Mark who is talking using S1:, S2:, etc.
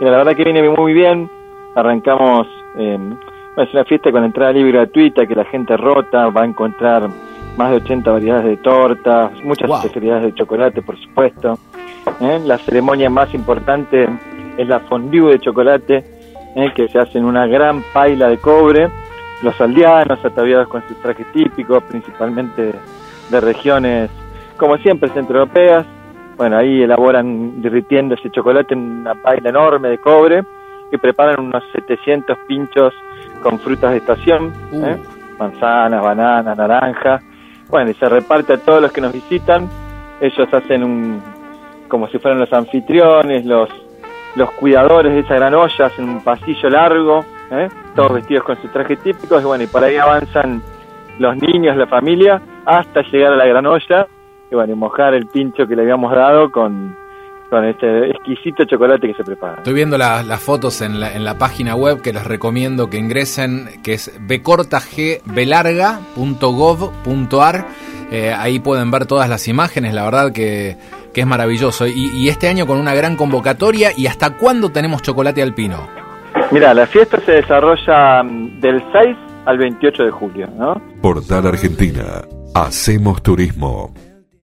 S1: Mira, la verdad que viene muy bien. Arrancamos, es una fiesta con entrada libre y gratuita, que la gente rota, va a encontrar más de 80 variedades de tortas, muchas especialidades de chocolate, por supuesto. La ceremonia más importante es la fondue de chocolate, que se hace en una gran paila de cobre. Los aldeanos, ataviados con sus trajes típicos, principalmente de regiones, como siempre, centroeuropeas. Bueno, ahí elaboran derritiendo ese chocolate en una paila enorme de cobre y preparan unos 700 pinchos con frutas de estación, manzanas, bananas, naranja. Bueno, y se reparte a todos los que nos visitan. Ellos hacen como si fueran los anfitriones, los cuidadores de esa gran olla, hacen un pasillo largo, todos vestidos con sus trajes típicos, y bueno, y por ahí avanzan los niños, la familia, hasta llegar a la gran olla, y bueno, y mojar el pincho que le habíamos dado con este exquisito chocolate que se prepara.
S2: Estoy viendo las fotos en la página web, que les recomiendo que ingresen, que es bcortagbelarga.gov.ar. Ahí pueden ver todas las imágenes, la verdad que es maravilloso. Y este año con una gran convocatoria. ¿Y hasta cuándo tenemos chocolate alpino?
S1: Mira, la fiesta se desarrolla del 6 al 28 de julio, ¿no?
S3: Portal Argentina. Hacemos turismo.